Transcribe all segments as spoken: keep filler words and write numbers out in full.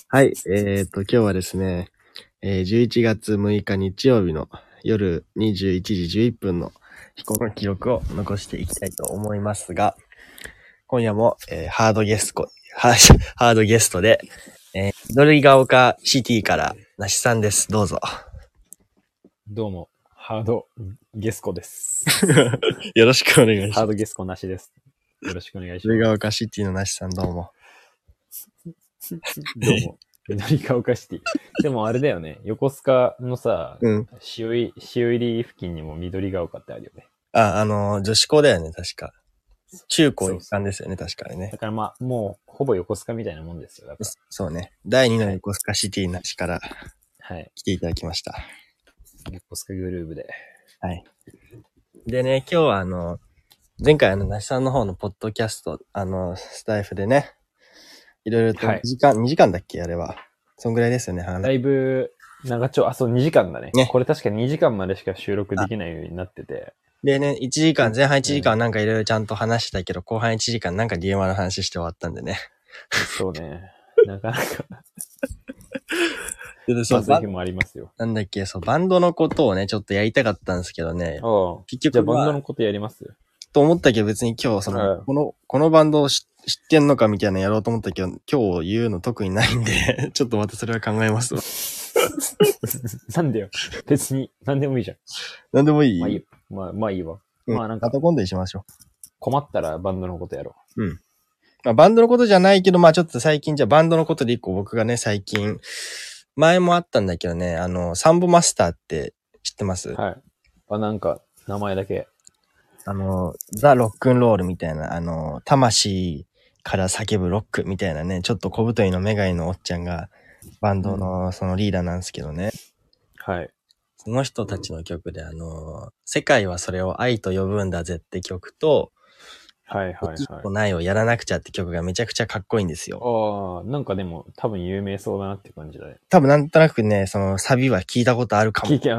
はい、えーと、今日はですね、えー、じゅういちがつむいか日曜日の夜にじゅういちじじゅういっぷんの飛行の記録を残していきたいと思いますが、今夜も、えーハードゲスト、ハーハードゲストで、えー、緑が丘シティからなしさんです。どうぞ。 どうも、ハードゲスコです。 よろしくお願いします。 ハードゲスコなしです。よろしくお願いし緑がます。 丘シティのなしさんどうも。 どうも、緑が丘シティ。でもあれだよね、横須賀のさ、 うん。 塩い塩入り付近にも緑が丘ってあるよね。 あ、あのー、女子校だよね、確か。中高一そうそう。 貫ですよね、確かにねだ。からまあ、もう、ほぼ横須賀みたいなもんですよ。だかそうね。だいにのはい横須賀シティなしからら。はい。 来ていただきました。 横須賀グルーブで。 はい。でね、今日はあの、前回あの、なしさんの方のポッドキャスト、あの、スタイフでね、いろいろとはいにじかん、にじかんだっけあれは。そんぐらいですよね、 だ話。 いぶ、長丁、あ、そう、にじかんだね。 ね。 これ確かにじかんまでしか収録できないようになってて。 でね、いちじかん、前半いちじかんうんなんかいろいろちゃんと話したけど、後半いちじかんなんか ディーエム の話して終わったんでね。 そうね。なかなか、 で、そう、バまあそういう日もありますよ。 なんだっけ、そう、バンドのことをね、ちょっとやりたかったんですけどね。 ああ。 結局、 じゃあバンまあ、 ドのことやりますと思ったけど別に今日、その、 はいこの、このバンドを知知ってんのかみたいなのやろうと思ったけど、今日言うの特にないんで、ちょっとまたそれは考えますわ。 なんでよ。別に、なんでもいいじゃん。 なんでもいいまあいい。まあ、まあいいわ。 うん。 まあなんか、 また今度にしましょ困ったらバンドのことやろう。うん。まあ、バンドのことじゃないけど、まあちょっと最近、じゃあバンドのことで一個僕がね、最近、前もあったんだけどね、あの、サンボマスターって知ってますう。はい。あ、なんか、名前だけ。 あの、ザ・ロックンロールみたいな、あの、魂から叫ぶロックみたいなね、ちょっと小太りのメガネのおっちゃんが、バンドのそのリーダーなんですけどね。 はい。 その人たちの曲で、あの、世界はそれを愛と呼ぶんだぜって曲と、 はいはい一はい。 個ないをやらなくちゃって曲がめちゃくちゃかっこいいんですよ。 ああ、なんかでも多分有名そうだなって感じだね。 多分なんとなくね、そのサビは聞いたことあるかも。 聞いて、うん、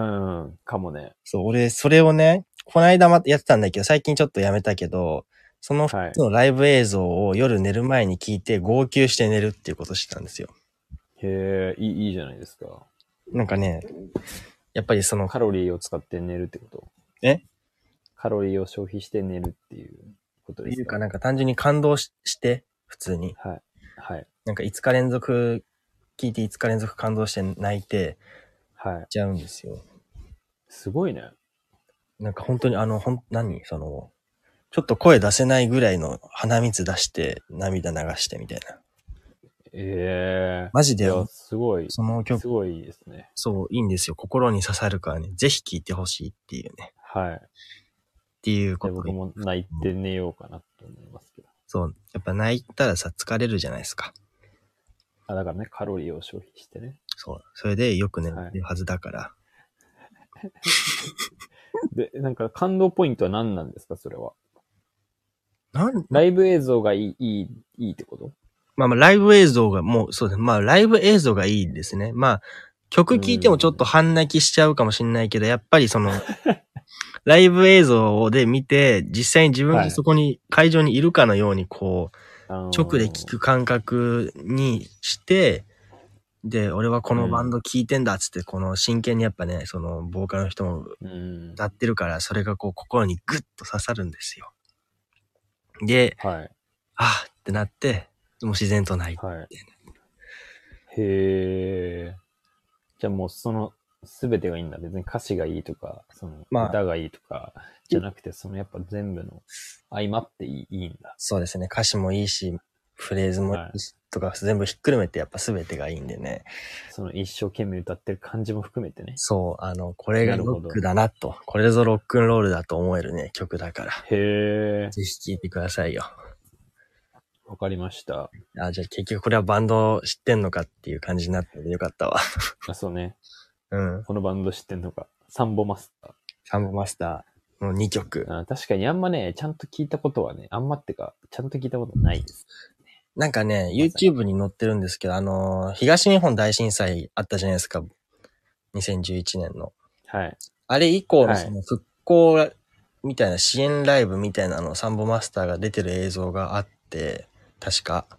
かもね。 そう、俺、それをね、この間まやってたんだけど、最近ちょっとやめたけど、そのはい。 のライブ映像を夜寝る前に聞いて号泣して寝るっていうことをしてたんですよ。 へえ、いい、いいじゃないですか。 なんかね、やっぱりその、 カロリーを使って寝るってことえカロリーを消費して寝るっていうことですかというかなんか単純に感動しして、普通に。 はい。はい。 なんかいつか連続、聞いていつか連続感動して泣いて、 はい。 ちゃうんですよ。 すごいね。 なんか本当にあの、ほん、何その、ちょっと声出せないぐらいの鼻水出して涙流してみたいな。 ええマジで、 いや、すごい、 その曲、 すごいですね。 そう、いいんですよ。心に刺さるからね、ぜひ聴いてほしいっていうね。 はい。 っていうことをじゃあ僕も泣いて寝ようかなと思いますけど。 そう。やっぱ泣いたらさ、疲れるじゃないですか。 あ、だからね、カロリーを消費してね。 そう。それでよく眠はいってるはずだから。 で、なんか感動ポイントは何なんですか、それは。 なんライブ映像がいい、いい、いいってことまあまあ、ライブ映像がもう、そうです。まあ、ライブ映像がいいですね。まあ、曲聴いてもちょっと半泣きしちゃうかもしんないけど、やっぱりその、ライブ映像で見て、実際に自分がそこに、会場にいるかのように、こう、直で聴く感覚にして、で、俺はこのバンド聴いてんだっつって、この真剣にやっぱね、その、ボーカルの人も歌ってるから、それがこう、心にグッと刺さるんですよ。で、 はい。 あーってなって、もう自然と泣いて。 はい。へー。じゃあもうその、すべてがいいんだ。別に歌詞がいいとか、その、 まあ歌がいいとか、じゃなくて、そのやっぱ全部の相まっていいいいんだ。 そうですね。歌詞もいいし、フレーズもいいし、とか全部ひっくるめてやっぱ全てがいいんでね。 その一生懸命歌ってる感じも含めてね。 そう、あの、これがロックだなと。これぞロックンロールだと思えるね、曲だから。 へー。 ぜひ聴いてくださいよ。 わかりました。 あ、じゃあ結局これはバンド知ってんのかっていう感じになっててよかったわ。 あ、そうね。 うん。 このバンド知ってんのか。サンボマスター。 サンボマスターのにきょく。 あ、確かにあんまね、ちゃんと聞いたことはね、あんまってか、ちゃんと聞いたことないです。 なんかね、YouTube に載ってるんですけど、あのー、東日本大震災あったじゃないですか。にせんじゅういちねんの。 はい。 あれ以降のその復興みたいな支援ライブみたいなのをサンボマスターが出てる映像があって、確か。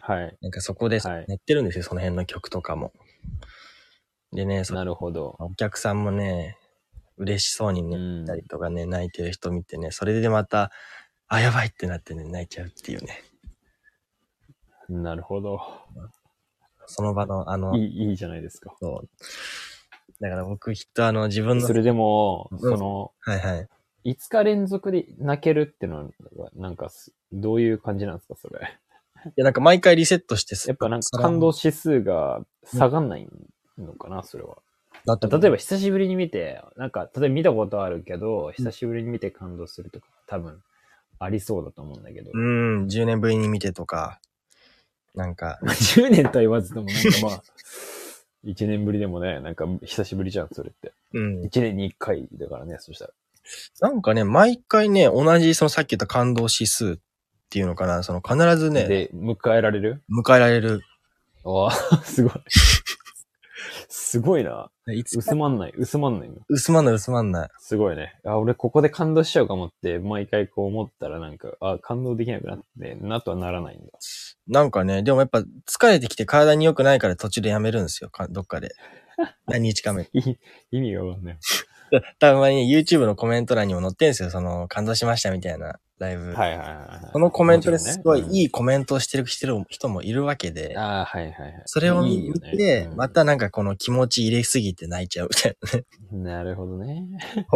はい。 なんかそこではいやってるんですよ、その辺の曲とかも。でね、そなるほど。 お客さんもね、嬉しそうにね、 うんたりとかね、泣いてる人見てね、それでまた、あ、やばいってなってね、泣いちゃうっていうね。 なるほど。 その場の、あの、 いい、いいじゃないですか。 そう。だから僕きっとあの自分の、 それでも、 うんその、 はいはい。 いつか連続で泣けるっていうのは、なんかす、どういう感じなんですか、それ。 いやなんか毎回リセットしてやっぱなんか感動指数が下がんないのかな、それは。 だと例えば久しぶりに見て、なんか、例えば見たことあるけど、久しぶりに見て感動するとか、多分、ありそうだと思うんだけど。 うーん、じゅうねんぶりに見てとか、なんか、 まあ、じゅうねんとは言わずとも、なんかまあ、いちねんぶりでもね、なんか久しぶりじゃん、それって。 うん。 いちねんにいっかいだからね、そしたら。 なんかね、毎回ね、同じそのさっき言った感動指数っていうのかな、その必ずね、 で、迎えられる迎えられる。 わあ、すごい。すごいな。 いつ薄まんない、薄まんないの。 薄まんない薄まんない。 すごいね。あ、俺ここで感動しちゃうかもって、毎回こう思ったらなんか、あ、感動できなくなって、なとはならないんだ。 なんかね、でもやっぱ疲れてきて体に良くないから途中でやめるんですよ、かどっかで。何日かめ。 い意味がわかんない。 たまに YouTube のコメント欄にも載ってんですよ、その感動しましたみたいなライブ。 はいはいはいはい。 そのコメントですごいい。 いいコメントをしてる人もいるわけで、 ああ、はいはいはい。 それを見いいよねて、 うんまたなんかこの気持ち入れすぎて泣いちゃうみたいなね。 なるほどね。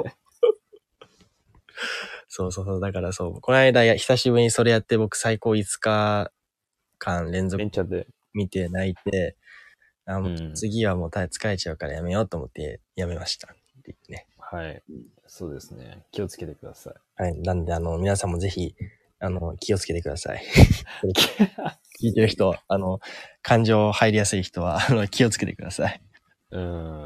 そうそうそう。だからそう。この間、久しぶりにそれやって僕最高いつかかん連続連チャで。 見て泣いて、あもううん次はもう疲れちゃうからやめようと思ってやめました。っていうね。 はい。そうですね。気をつけてください。 はい。なんで、あの、皆さんもぜひ、あの、気をつけてください。聞いてる人、あの、感情入りやすい人は、あの、気をつけてください。 うん、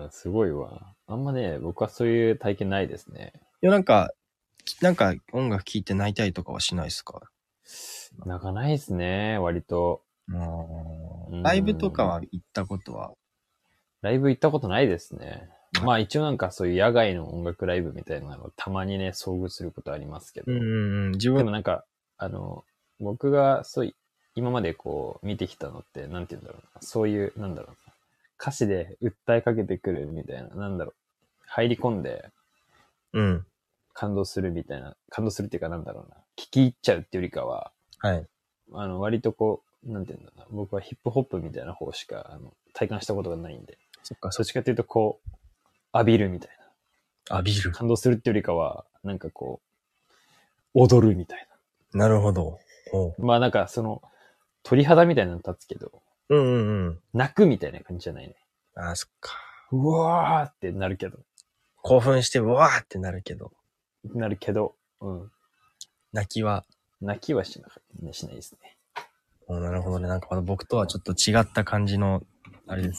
すごいわ。あんまね、僕はそういう体験ないですね。 いや、なんか、なんか音楽聴いて泣いたりとかはしないですか？ 泣かないですね、割と。 うんライブとかは行ったことは？ ライブ行ったことないですね。まあ一応なんかそういう野外の音楽ライブみたいなのをたまにね、遭遇することありますけど。 うんうんうん。自分でもなんか、あの、僕がそうい、今までこう見てきたのって、なんて言うんだろうな。そういう、なんだろうな。歌詞で訴えかけてくるみたいな、なんだろう。入り込んでうん。 感動するみたいな、感動するっていうかなんだろうな。聞き入っちゃうっていうよりかは、 はい。 あの、割とこう、なんて言うんだろうな。僕はヒップホップみたいな方しか、あの、体感したことがないんで。 そっか、 そっちかっていうとこう、浴びるみたいな。 浴びる。 感動するっていうよりかは、なんかこう、踊るみたいなるほど。おな。まあなんかその、鳥肌みたいなの立つけど、 うんうんうん。 泣くみたいな感じじゃないね。 ああ、そっか。 うわーってなるけど。 興奮して、うわーってなるけど、 なるけど、うん。 泣きは、 泣きはしなかしないですね。 おなるほどね。なんかまだ僕とはちょっと違った感じの、あれです。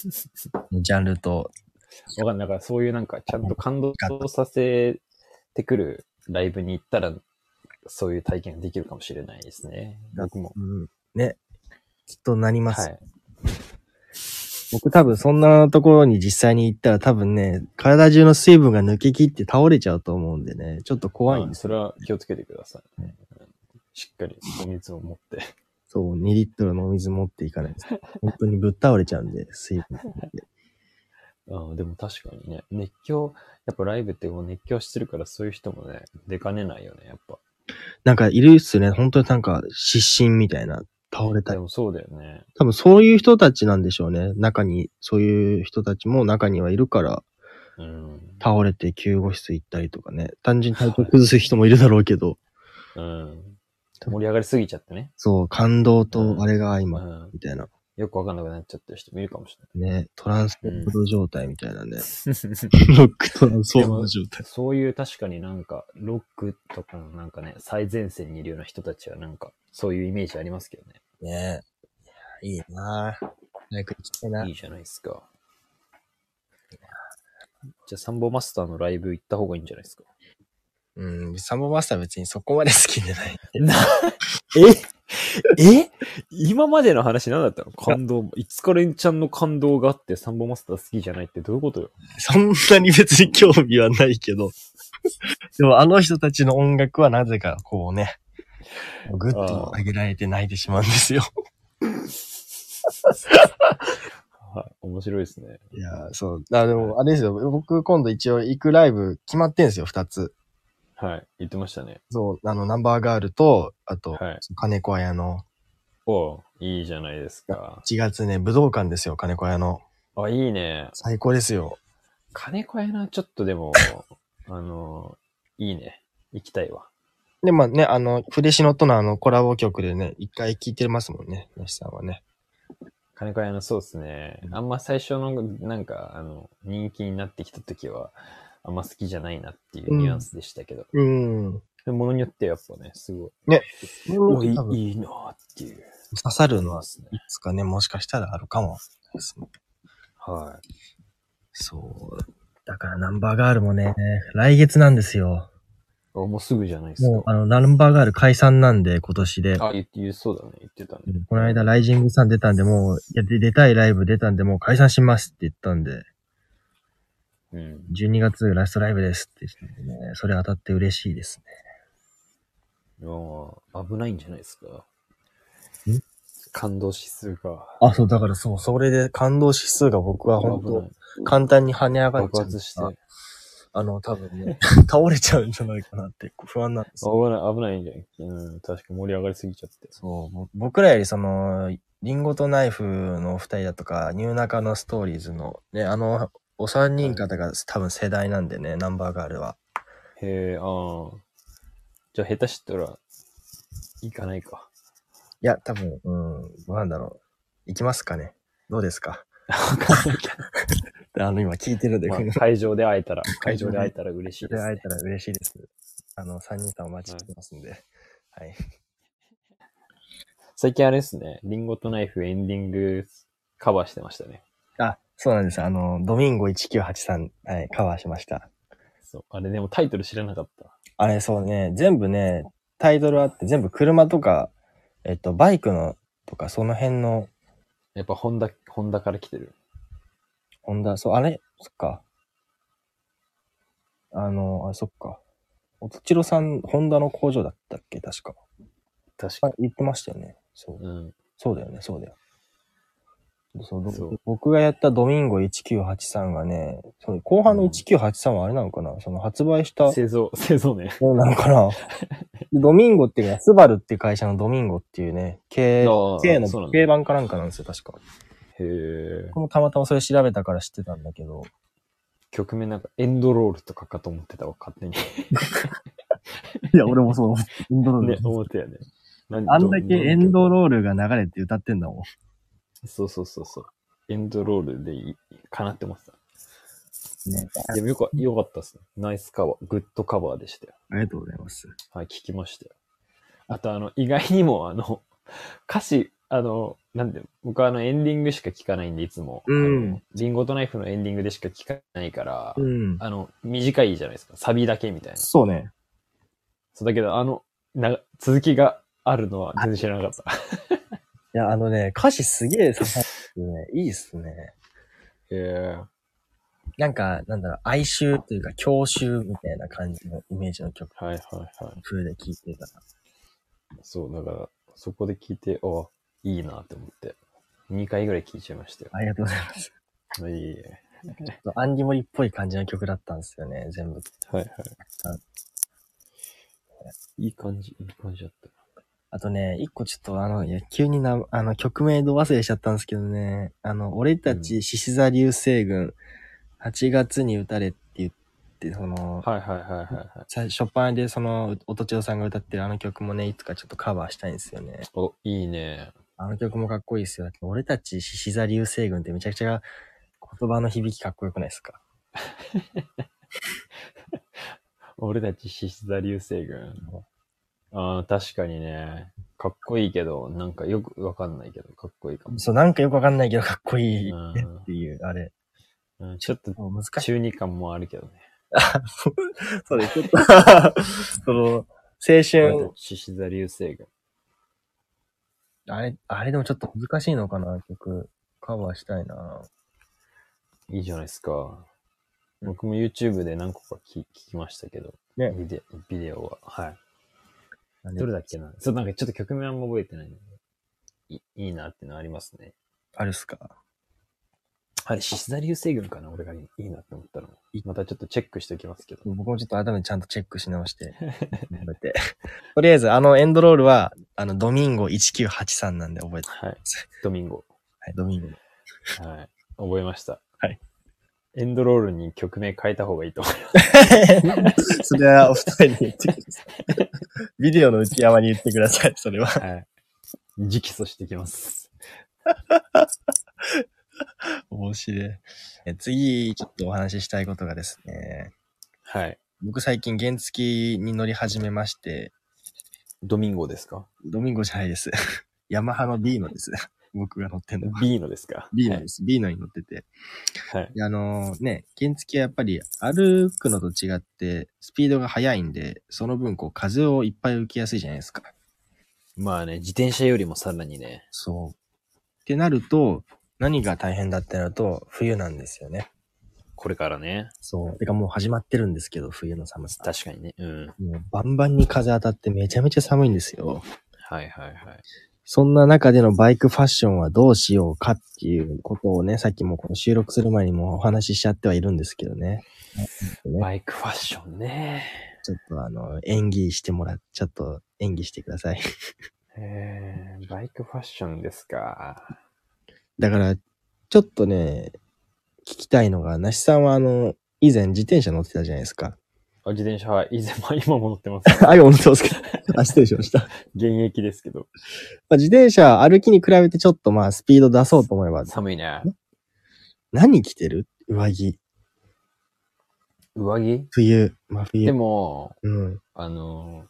ジャンルと。 わかんない。だからそういうなんかちゃんと感動させてくるライブに行ったら、そういう体験ができるかもしれないですね。僕も。 うん。ね。きっとなります。 はい。 僕多分そんなところに実際に行ったら多分ね、体中の水分が抜けきって倒れちゃうと思うんでね、ちょっと怖いんです。 それは気をつけてくださいね。しっかりお水を持って。 そう、にリットルのお水持っていかないと。本当にぶっ倒れちゃうんで、水分。 ああ、でも確かにね、熱狂、やっぱライブってこう熱狂してるからそういう人もね、出かねないよね、やっぱ。 なんかいるっすね、本当になんか失神みたいな、倒れたり。 でもそうだよね。 多分そういう人たちなんでしょうね。中に、そういう人たちも中にはいるから、 うん。 倒れて救護室行ったりとかね。単純に体調崩す人もいるだろうけど。 うん。盛り上がりすぎちゃってね。 そう、感動とあれが相まっうん。 みたいな。 よくわかんなくなっちゃってる人もいるかもしれない。 ね、トランスポート状態みたいなね。ロックトランスポート状態。 そういう確かになんか、ロックとかのなんかね、最前線にいるような人たちはなんか、そういうイメージありますけどね。 ねいやいいなぁ。早く行きたいな。 いいじゃないですか。じゃあサンボマスターのライブ行った方がいいんじゃないですか。 うん、サンボマスター別にそこまで好きじゃない。 な、ええ今までの話何だったの？感動。いつかレンちゃんの感動があってサンボマスター好きじゃないってどういうことよ？ そんなに別に興味はないけど。でもあの人たちの音楽はなぜかこうね、グッと上げられて泣いてしまうんですよ。 はい、面白いですね。 いや、そう。あ、でも、あれですよ。僕、今度一応行くライブ決まってんすよ、二つ。 はい、言ってましたね。 そう、あの、ナンバーガールと、あと、 はい。 金子屋の。 おう、いいじゃないですか。 いちがつね、武道館ですよ、金子屋の。 あ、いいね。 最高ですよ。 金子屋な、ちょっとでも、あの、いいね。行きたいわ。 で、まあね、あの、フレシノとのあの、コラボ曲でね、一回聴いてますもんね、吉さんはね。 金子屋の、そうですね。あんま最初の、なんか、あの、人気になってきた時は、あんま好きじゃないなっていうニュアンスでしたけど。 うん。 でものによってやっぱね、すごい。 ね。 おい多分いいなっていう。 刺さるのは、 すね。 いつかね、もしかしたらあるかもですね。 はい。 そう。だからナンバーガールもね、来月なんですよ。 あ、もうすぐじゃないですか。 もう、あの、ナンバーガール解散なんで、今年で。 あ、言って、言うそうだね。言ってたね。 この間、ライジングさん出たんで、もう、いや、で出たいライブ出たんで、もう解散しますって言ったんで、 うん。 じゅうにがつラストライブですって言ってね、それ当たって嬉しいですいやー危ないんじゃないですか。 ん感動指数が。 あ、そう、だからそう、それで感動指数が僕は本当危ない。 簡単に跳ね上がっ爆ちゃう。 発して。 あの、多分ね、倒れちゃうんじゃないかなって不安なんですよ。 危ない、危ないんじゃん。うん、確か盛り上がりすぎちゃって。 そう、ぼ僕らよりその、リンゴとナイフの二人だとか、ニューナカのストーリーズのね、あの、お三人方が多分世代なんでね、ナンバーガールは。 へえ、ああ。じゃあ下手したら、行かないか。 いや、多分、うん、どうなんだろう。行きますかね。どうですか。 わかんないけど。 あの、今聞いてるんで、 まあ、会場で会えたら、会会場で場で会えたら嬉しいですね。 会えたら嬉しいです。あの、三人さんお待ちしてますんで。はい。 最近あれですね、リンゴとナイフエンディングカバーしてましたね。 あ、そうなんです。あの、ドミンゴいちきゅうはちさん、はい、カバーしました。 そう。あれでもタイトル知らなかった。 あれ、そうね、全部ね、タイトルあって、全部車とか、えっと、バイクのとか、その辺の、 やっぱホンダ、ホンダから来てる。 ホンダ、そう、あれそっか。あの、あ、そっか。おとちろさん、ホンダの工場だったっけ確か。あ、 確か。 言ってましたよね。そう。 うん。 そうだよね、そうだよ。そうどそう。 僕がやったドミンゴいちきゅうはちさんがね、その後半のいちきゅうはちさんはあれなのかな、その発売した製造、製造ね。 どうなのかなでドミンゴっていうのは、スバルっていう会社のドミンゴっていうね、K、 ああ、 K のそうなんだ。 軽版かなんかなんですよ、確か。 へえ。 僕もたまたまそれ調べたから知ってたんだけど。 曲名なんかエンドロールとかかと思ってたわ、勝手に。 いや、俺もそう、エンドロール。 ね、思ったよね。 あんだけエンドロールが流れて歌ってんだもん。 そうそうそうそう。エンドロールでいいかなって思ってた。 ね。 でもよかよかったっすね。ナイスカバー、グッドカバーでしたよ。 ありがとうございます。 はい、聞きましたよ。あとあの、意外にもあの、歌詞、あの、なんで、僕はあのエンディングしか聞かないんで、いつも。 うん。 あのリンゴとナイフのエンディングでしか聞かないから、 うん。 あの、短いじゃないですか。サビだけみたいな。 そうね。 そうだけど、あの、な、続きがあるのは全然知らなかった。 いや、あのね、歌詞すげえ刺さってね、いいっすね。 へえ。 なんか、なんだろう、哀愁というか、郷愁みたいな感じのイメージの曲はいはいはい。 風で聴いてたら。 そう、だから、そこで聞いて、あ、いいなって思って。にかいぐらい聞いちゃいましたよ。 ありがとうございます。 いいえ。 アンディモリっぽい感じの曲だったんですよね、全部。 はいはい。いい感じ、いい感じだった。 あとね、一個ちょっとあの、いや急にな、あの、曲名ど忘れしちゃったんですけどね、あの、俺たち獅子座流星群、はちがつに打たれって言って、その、 はいはいはいはいはい。 最初っ端でその、おとちろさんが歌ってるあの曲もね、いつかちょっとカバーしたいんですよね。 お、いいね。 あの曲もかっこいいですよ。俺たち獅子座流星群ってめちゃくちゃ言葉の響きかっこよくないですか？ 俺たち獅子座流星群。ああ、確かにね。かっこいいけど、なんかよくわかんないけど、かっこいいかも。 そう、なんかよくわかんないけどかっこいいねうんっていう、あれ。 うん、ちょっと難しい。 中二感もあるけどね。 そうです。ちょっとその、青俺春た、ち獅子座流星群。 あれ、あれでもちょっと難しいのかな、曲。カバーしたいな。 いいじゃないですか。僕も YouTube で何個か聞聞きましたけど、 ね。 ビデビデオは。はい。 なんでどれだっけなそう、なんかちょっと曲名あんま覚えてないんだいいいなっていうのはありますね。 あるっすか？ あれ、シスダ流星群かな俺がいいなって思ったの。またちょっとチェックしておきますけど。 僕もちょっと改めてちゃんとチェックし直して、覚えて。とりあえず、あのエンドロールは、あの、ドミンゴいちきゅうはちさんなんで覚えてください。 はい。ドミンゴ。 はい、ドミンゴ。 はい。覚えました。 はい。 エンドロールに曲名変えた方がいいと思います。それはお二人に言ってください。ビデオの内山に言ってください、それは。 はい。直訴してきます。 面白い。え次、ちょっとお話ししたいことがですね。 はい。 僕最近原付に乗り始めまして。 ドミンゴですか？ ドミンゴじゃないです。ヤマハの B のです。僕が乗ってんのは。 B のですか？ B のです。はい、B のに乗ってて。 はい。 あのー、ね、原付はやっぱり歩くのと違ってスピードが速いんで、その分こう風をいっぱい受けやすいじゃないですか。 まあね、自転車よりもさらにね。 そう。ってなると、何が大変だってなると、冬なんですよね。 これからね。 そう。てかもう始まってるんですけど、冬の寒さ。 確かにね。うん。 もうバンバンに風当たってめちゃめちゃ寒いんですよ。 はいはいはい。 そんな中でのバイクファッションはどうしようかっていうことをね、さっきもこの収録する前にもお話ししちゃってはいるんですけどね。 バイクファッションね。 ちょっとあの、演技してもらっ、ちょっと演技してください。 えー、バイクファッションですか。 だから、ちょっとね、聞きたいのが、なしさんはあの、以前自転車乗ってたじゃないですか。 あ、自転車は以前も今も乗ってます。 あ、今乗ってますか？あ、失礼しました。 現役ですけど。 まあ、自転車歩きに比べてちょっとまあスピード出そうと思えば。 寒いね。 何着てる？上着。 上着？ 冬。真冬。 でも、 うん。 あの、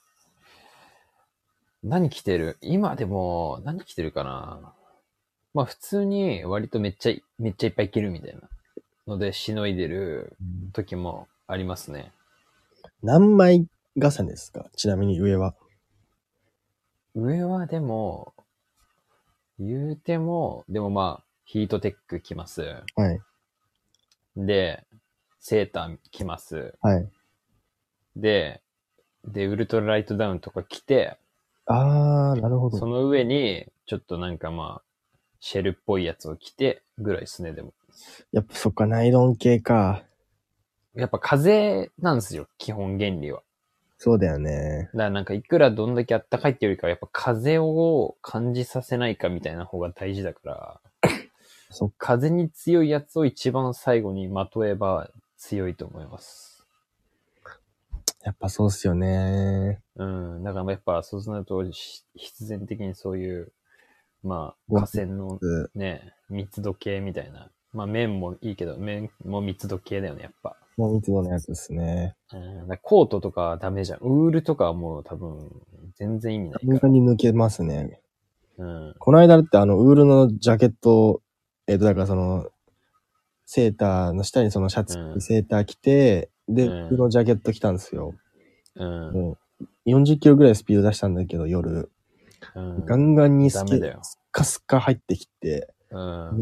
何着てる？今でも、何着てるかな。まあ普通に割とめっちゃ、めっちゃいっぱい着るみたいなので、しのいでる時もありますね。 何枚重ねですか？ちなみに上は。 上はでも、言うても、でもまあ、ヒートテック着ます。 はい。 で、セーター着ます。 はい。 で、で、ウルトラライトダウンとか着て、 あー、なるほど。 その上に、ちょっとなんかまあ、シェルっぽいやつを着て、ぐらいですね、でも。 やっぱそっか、ナイロン系か。 やっぱ風なんですよ、基本原理は。 そうだよね。 だからなんかいくらどんだけ暖かいっていうよりかは、やっぱ風を感じさせないかみたいな方が大事だから、 そっか。 風に強いやつを一番最後にまとえば強いと思います。 やっぱそうっすよね。 うん。だからやっぱそうすると必然的にそういう、まあ河川のね、密度計みたいな。まあ面もいいけど、面も密度計だよね、やっぱ。 もう密度のやつですね。 うん。だコートとかはダメじゃん。ウールとかはもう多分全然意味ないから。 本当に抜けますね。 うん。 この間だってあの、ウールのジャケット、えっ、と、だからその、セーターの下にそのシャツ、 うん、 セーター着て、で、 うん、 ウールのジャケット着たんですよ。 うん。 もう、よんじゅっキロぐらいスピード出したんだけど、夜。 うん、 ガンガンにスケダメだよ。 スカスカ入ってきて、 うん。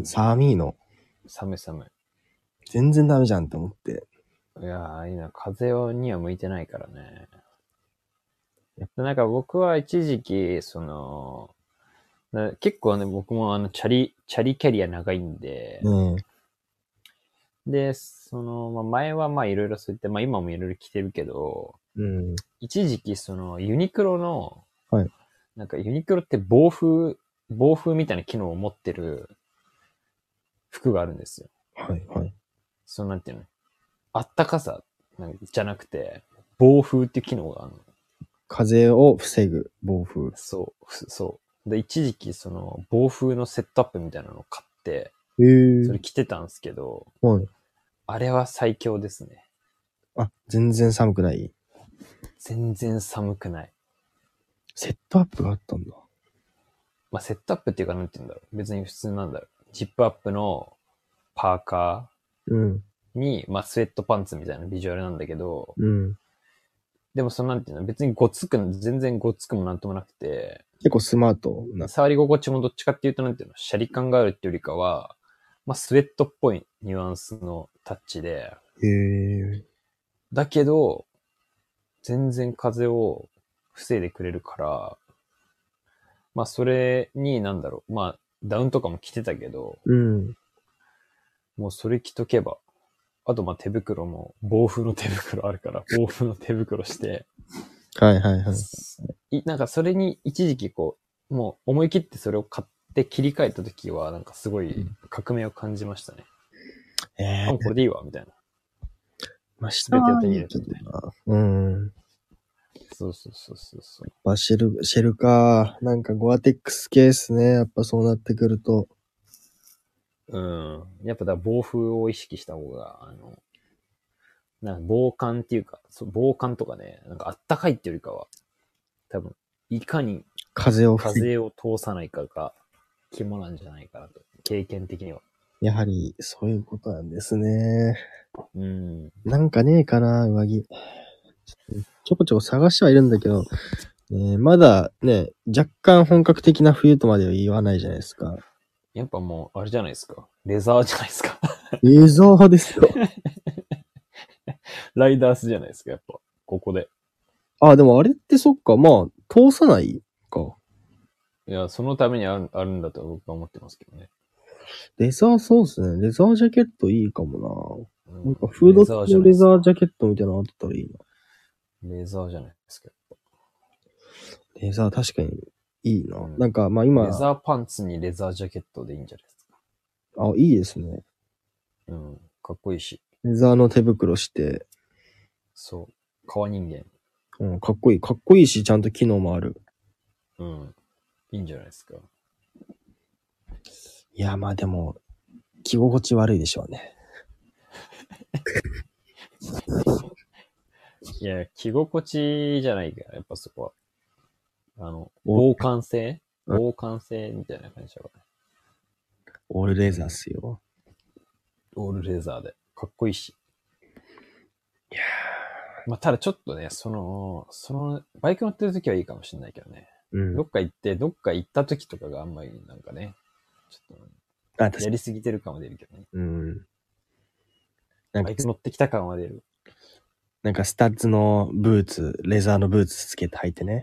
寒いの。 寒い寒い。 全然ダメじゃんって思って。 いやー、いいな。風には向いてないからね。なんか僕は一時期、その、結構ね、僕もあの、チャリ、チャリキャリア長いんで、 うん。 で、その、まあ、前はまあいろいろそう言って、まあ今もいろいろ着てるけど、 うん。 一時期そのユニクロの、 はい。 なんかユニクロって防風、防風みたいな機能を持ってる服があるんですよ。 はい、はい。 そのなんていうの、あったかさなんじゃなくて、防風っていう機能があるの。 風を防ぐ、暴風。 そう、そう。で、一時期その防風のセットアップみたいなのを買って、 へー。 それ着てたんですけど、 はい。 あれは最強ですね。 あ、全然寒くない？ 全然寒くない。 セットアップがあったんだ。 まあ、セットアップっていうかなんて言うんだろう。別に普通なんだろう。ジップアップのパーカうん。 ーに、まあ、スウェットパンツみたいなビジュアルなんだけど、 うん。 でもそのなんていうの、別にごつく、全然ごつくもなんともなくて、 結構スマートな。 触り心地もどっちかっていうとなんていうの、シャリ感があるっていうよりかは、まあ、スウェットっぽいニュアンスのタッチで、 へー。 だけど、全然風を防いでくれるから、 まあそれになんだろう。まあダウンとかも着てたけど、 うん。 もうそれ着とけば、あとまあ手袋も、防風の手袋あるから、防風の手袋して、 はいはいはい。 いなんかそれに一時期こう、もう思い切ってそれを買って切り替えた時は、なんかすごい革命を感じましたね。あ、 ええー、 もうこれでいいわ、みたいな。 まあ、下すべてを手にはいいけ入れたみたいな。 どな。うん。 そうそうそうそうそう。 まあ、シェル、シェルか。なんかゴアテックス系っすね。やっぱそうなってくると。 うん。やっぱだ防風を意識した方が、あの、なんか防寒っていうか、そう防寒とかね、なんかあったかいっていうよりかは、多分、いかに風を吹いて。 風を通さないかが肝なんじゃないかなと。経験的には。 やはり、そういうことなんですね。 うん。 なんかねえかな、上着。ちょこちょこ探してはいるんだけど、ね、まだね、若干本格的な冬とまでは言わないじゃないですか。 やっぱもう、あれじゃないですか。レザーじゃないですか。 レザーですよ。 ライダースじゃないですか、やっぱ。ここで。 あ、でもあれってそっか、まあ、通さないか。 いや、そのためにあるあるんだと僕は思ってますけどね。 レザーそうっすね。レザージャケットいいかもうな。なんかん、 フードレザー付きのレじゃないですか。 ザージャケットみたいなのあったらいいな。 レザーじゃないですか。 レザー確かにいいな。 うん、 なんかまあ今、 レザーパンツにレザージャケットでいいんじゃないですか。 あ、いいですね。 うん、かっこいいし。 レザーの手袋して、 そう。革人間。 うん、かっこいい。かっこいいし、ちゃんと機能もある。 うん。いいんじゃないですか。 いや、まあでも、着心地悪いでしょうね。 いや、着心地じゃないから、やっぱそこは。あの、 お防寒性うん防寒性みたいな感じだからね。 オールレザーっすよ。 オールレザーで。かっこいいし。 いやまあ、ただちょっとね、その、その、バイク乗ってる時はいいかもしれないけどね。 ーうん。 どっか行って、どっか行った時とかがあんまりなんかね、ちょっあ、 と、 確かに。 やりすぎてる感は出るけどね。 うん。なんかバイ、ク乗ってきた感は出る。 なんかスタッズのブーツ、レザーのブーツつけて履いてね。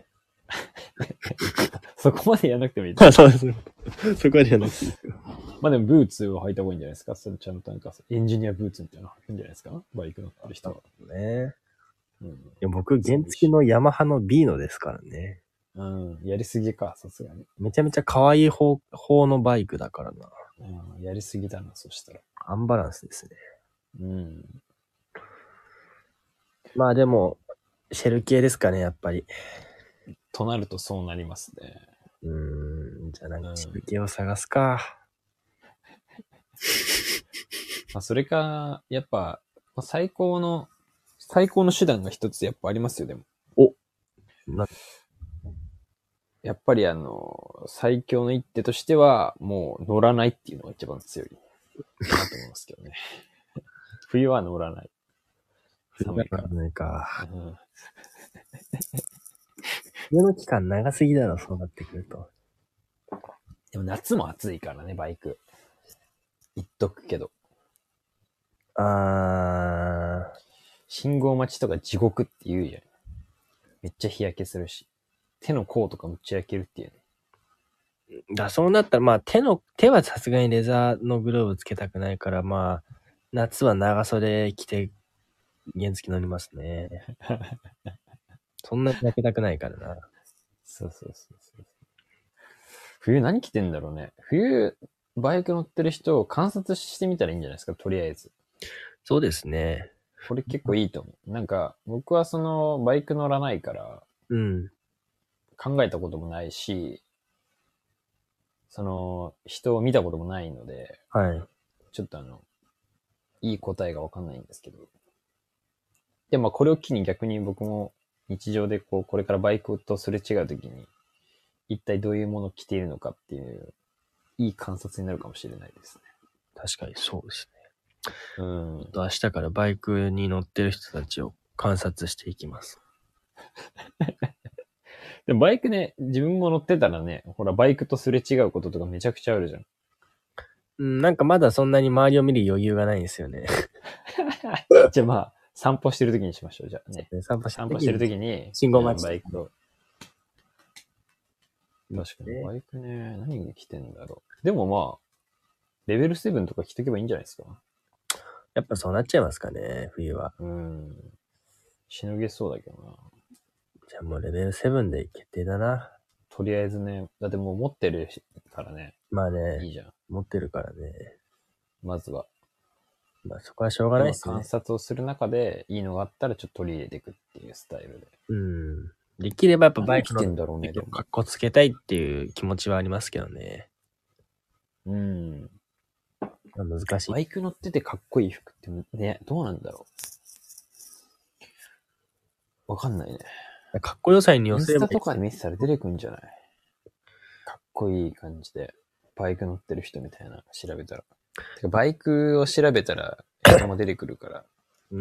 そこまでやらなくてもいい。 あ、そうです。そこまでやなくていいですよ。 まあでもブーツを履いた方がいいんじゃないですか。それちゃんとなんかエンジニアブーツみたいなの履くんじゃないですか。バイク乗ってる人は。 ね。 うん。 いや僕、原付のヤマハの B のですからね。 うん。やりすぎか、さすがに。 めちゃめちゃ可愛い方、方のバイクだからな。 うん。やりすぎだな、そしたら。 アンバランスですね。 うん。 まあでも、シェル系ですかね、やっぱり。 となるとそうなりますね。 うーん、じゃあなんかうんシェル系を探すか。 まあ、それか、やっぱ、まあ最高の、最高の手段が一つやっぱありますよ、でも。 おな、 やっぱりあの、最強の一手としては、もう乗らないっていうのが一番強いなと思いますけどね。冬は乗らない。寒いから。 ないか。 うん、 冬の期間長すぎだろ、そうなってくると。 でも夏も暑いからね、バイク。言っとくけど。 あ信号待ちとか地獄って言うじゃん。めっちゃ日焼けするし。手の甲とかめっちゃ焼けるっていうね。 ー、だ、そうなったら、まあ手の、手はさすがにレザーのグローブつけたくないから、まあ、夏は長袖着て、原付乗りますね。そんなに焼けたくないからな。 そうそうそうそう。冬何着てんだろうね。冬、バイク乗ってる人を観察してみたらいいんじゃないですか、とりあえず。 そうですね。 これ結構いいと思う。なんか、僕はその、バイク乗らないから、 うん。 考えたこともないし、その、人を見たこともないので、 はい。 ちょっとあの、いい答えがわかんないんですけど。でもまあこれを機に逆に僕も日常でこう、これからバイクとすれ違うときに、一体どういうものを着ているのかっていう、いい観察になるかもしれないです確かにそうですね。うん。 ね。明日からバイクに乗ってる人たちを観察していきます。 でもバイクね、自分も乗ってたらね、ほら、バイクとすれ違うこととかめちゃくちゃあるじゃん。 うん、なんかまだそんなに周りを見る余裕がないんですよね。 じゃあまあ、散歩してるときにしましょう、じゃあね。 散歩散歩してるときに、 信号待ちバイクを。 確かに。バイクね、何が来てんだろう。でもまあ、レベルセブンとか着とけばいいんじゃないですか。 やっぱそうなっちゃいますかね、冬は。 うん。しのげそうだけどな。 じゃあもうレベルセブンで決定だな。 とりあえずね、だってもう持ってるからね。 まあね、 いいじゃん。 持ってるからね。 まずは。 まあそこはしょうがないでもですね観。察をする中でいいのがあったらちょっと取り入れていくっていうスタイルで。 うん。できればやっぱバイク何着てのんだろうね、でも。 かっこつけたいっていう気持ちはありますけどね。 うん。 まあ難しい。 バイク乗っててかっこいい服ってね、どうなんだろう。わかんないね。 かっこよさにイン寄せればいいスタとかで見てたら出てくんじゃない？かっこいい感じで。バイク乗ってる人みたいな調べたら。てかバイクを調べたら人も出てくるから、 うん。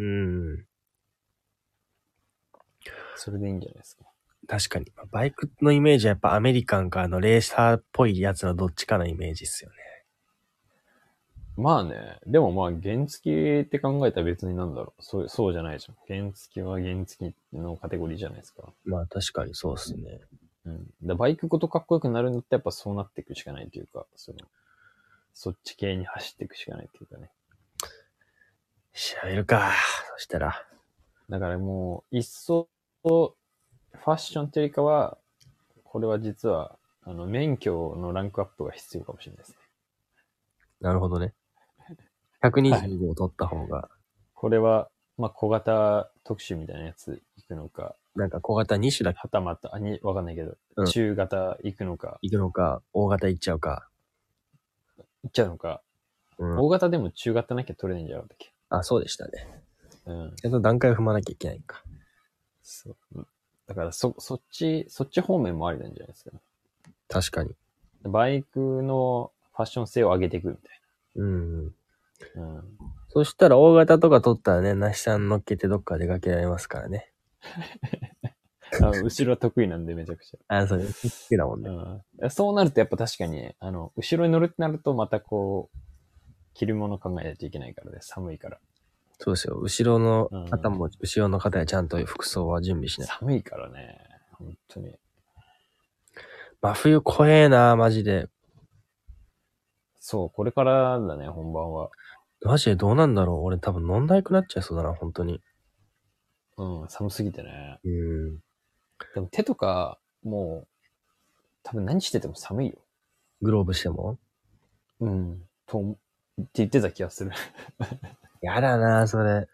それでいいんじゃないですか。 確かに。バイクのイメージはやっぱアメリカンかあのレーサーっぽいやつのどっちかのイメージっすよね。 まあね、でもまあ原付って考えたら別になんだろう。そう、そうじゃないじゃん。原付は原付のカテゴリーじゃないですか。 まあ確かにそうっすね。 うん。だバイクごとかっこよくなるんだってやっぱそうなっていくしかないというか、その、そっち系に走っていくしかないというかね。 調べるか。そしたら。 だからもう、一層、ファッションというよりかは、これは実は、あの、免許のランクアップが必要かもしれないですね。 なるほどね。ひゃくにじゅうごを取った方が、 これは、まあ、小型特殊みたいなやつ行くのか、 なんか小型に種だけはたまた、あ、に、わかんないけど、 うん中型行くのか、 行くのか、大型行っちゃうか。 行っちゃうのか、 うん。 大型でも中型なきゃ取れないんじゃなかったっけ？ あ、そうでしたね。 うん。 ちゃんと段階を踏まなきゃいけないか。 そう。だから、そ、そっち、そっち方面もありなんじゃないですか。 確かに。 バイクのファッション性を上げていくみたいうん。 な。うん。 そしたら大型とか取ったらね、なしさん乗っけてどっか出かけられますからね。 あの後ろは得意なんでめちゃくちあ、それ、好きだもんゃ。 ね。 うん。そうなるとやっぱ確かに、あの、後ろに乗るってなるとまたこう、着るもの考えないといけないからね。寒いから。 そうですよ。後ろのうん方も、後ろの方やちゃんと服装は準備しない。 寒いからね。本当に。 真冬怖えな、マジで。 そう、これからだね、本番は。 マジでどうなんだろう。俺多分飲んだくなっちゃいそうだな、本当に。 うん、寒すぎてね。 うん。 でも手とか、もう、多分何してても寒いよ。 グローブしてもうん。と、って言ってた気がする。 やだな、それ。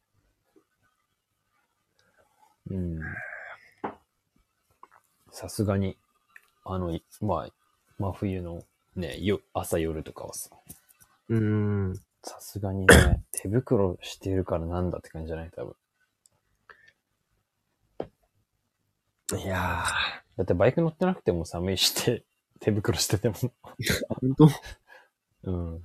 うん。さすがに、あの、いまあ、真冬のね、よ、朝夜とかはさ、 うーん。 さすがにね、手袋してるからなんだって感じじゃない多分。 いやだってバイク乗ってなくても寒いし、手、手袋してても。 ー。本当うん。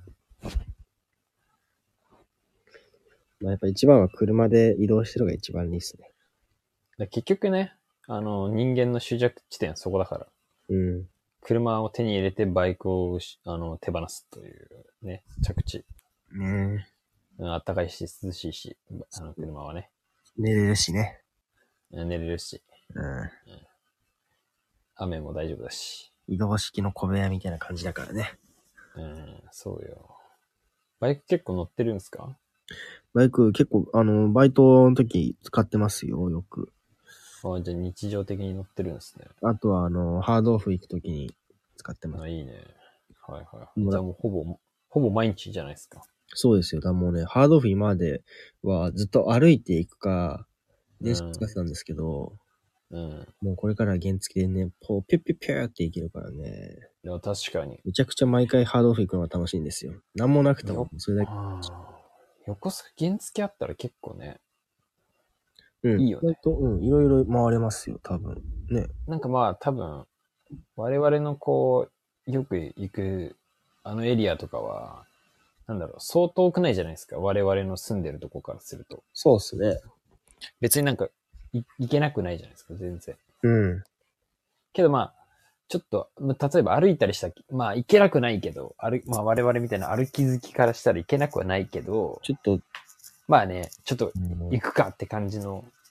まあ、やっぱ一番は車で移動してるのが一番いいですね。 だ結局ね、あの、人間の終着地点はそこだから。 うん。 車を手に入れてバイクをしあの手放すというね、着地。 ねうんあったかいし、涼しいし、あの車はね、 え。寝れるしね。 寝れるし、 うん。 雨も大丈夫だし。 移動式の小部屋みたいな感じだからね。 うん、そうよ。バイク結構乗ってるんですか？ バイク結構、あの、バイトの時使ってますよ、よく。 あじゃあ日常的に乗ってるんですね。 あとは、あの、ハードオフ行く時に使ってます。 あいいね。はいはい。 うんじゃあもうほぼ、ほぼ毎日じゃないですか。 そうですよ。だからもうね、ハードオフ今まではずっと歩いていくか、電車使ってたんですけど、 うん。 もうこれからは原付でね、こう、ピュッピュッピューっていけるからね。 いや、確かに。 めちゃくちゃ毎回ハードオフ行くのが楽しいんですよ。なんもなくてもよ、 それだけ。 あー横須賀原付あったら結構ね、 うん。 いいよね意外と、うん、いろいろ回れますよ、多分。ね。 なんかまあ多分、我々のこう、よく行く、あのエリアとかは、なんだろう、相当遠くないじゃないですか。我々の住んでるとこからすると。 そうっすね。 別になんか、い行けなくないじゃないですか、全然。 うん。 けどまあ、ちょっと、まあ例えば歩いたりしたまあ行けなくないけど、歩まあ我々みたいな歩き好きからしたら行けなくはないけど、 ちょっと、 まあね、ちょっとうん行くかって感じの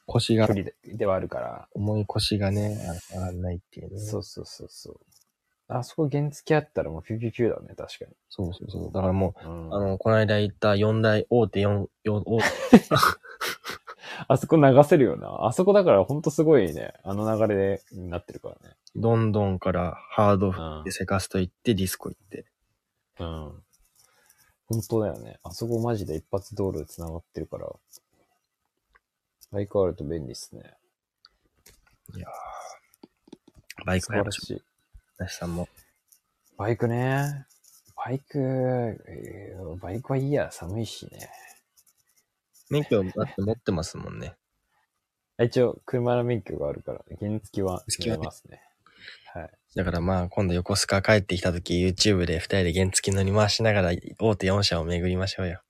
腰が距、離でではあるから。 重い腰がね、あ上がんないっていうね。 そうそうそうそう。あそこ原付あったらもうピュピュピュだね、確かに。 そうそうそう。だからもう、 うん、 あの、この間行ったよん大、大手よん、よん、大手、 あそこ流せるよな。あそこだからほんとすごいね。あの流れになってるからね。 どんどんからハードうんでセカスト行ってディスコ行って。 うん。本当だよね。あそこマジで一発道路で繋がってるから。バイクあると便利っすね。 いやー、バイク素晴らしい。 なしさんも。 バイクね。バイク、えーバイクはいいや。寒いしね。 免許だって持ってますもんね。 一応、車の免許があるから、原付は乗付はねれますね。はい。 だからまあ、今度横須賀帰ってきた時 YouTube で二人で原付乗り回しながら大手よん社を巡りましょうよ。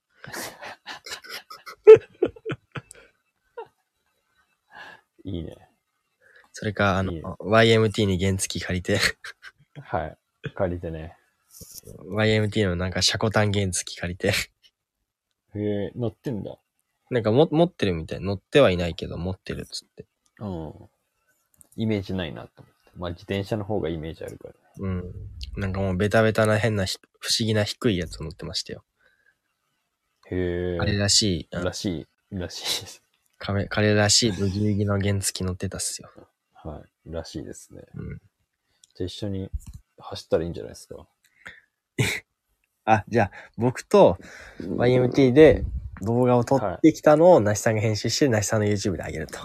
いいね。 それか、あの、 いいねワイエムティー に原付借りて、 はい。借りてね。 ワイエムティー のなんかシャコタン原付借りて、 へえ、乗ってんだ。 なんかも持ってるみたい。乗ってはいないけど持ってるっつって。 うん。イメージないなと思って。まあ、自転車の方がイメージあるからね。 うん。なんかもうベタベタな変なひ不思議な低いやつを乗ってましたよ。 へえ。 彼らしい、あのらしい、らしいです。 彼彼らしいブギウギの原付乗ってたっすよ。 はい。らしいですね。 うん。 じゃあ一緒に走ったらいいんじゃないですか。 あ、じゃあ、僕と ワイエムティー で動画を撮ってきたのを、なしさんが編集して、なしさんの YouTube で上げると。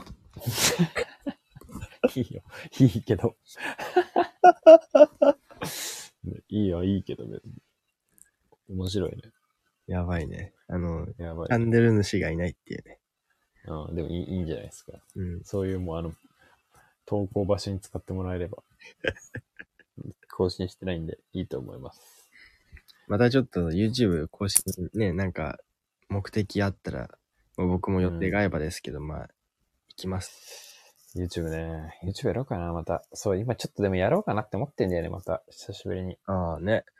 いいよ。いいけど。いいよ、いいけど別に。面白いね。 やばいね。あの、 やばいチャ。ンネル主がいないっていうね。 うん、でもいいいいんじゃないですか。 うん。 そういうもうあの、投稿場所に使ってもらえれば。更新してないんでいいと思います。 またちょっと YouTube 更新ね、なんか目的あったら、まあ僕も予定が合えばですけど、まあ、行きます。 YouTube ね。YouTube やろうかな、また。そう、今ちょっとでもやろうかなって思ってんだよね、また。久しぶりに。 ああね。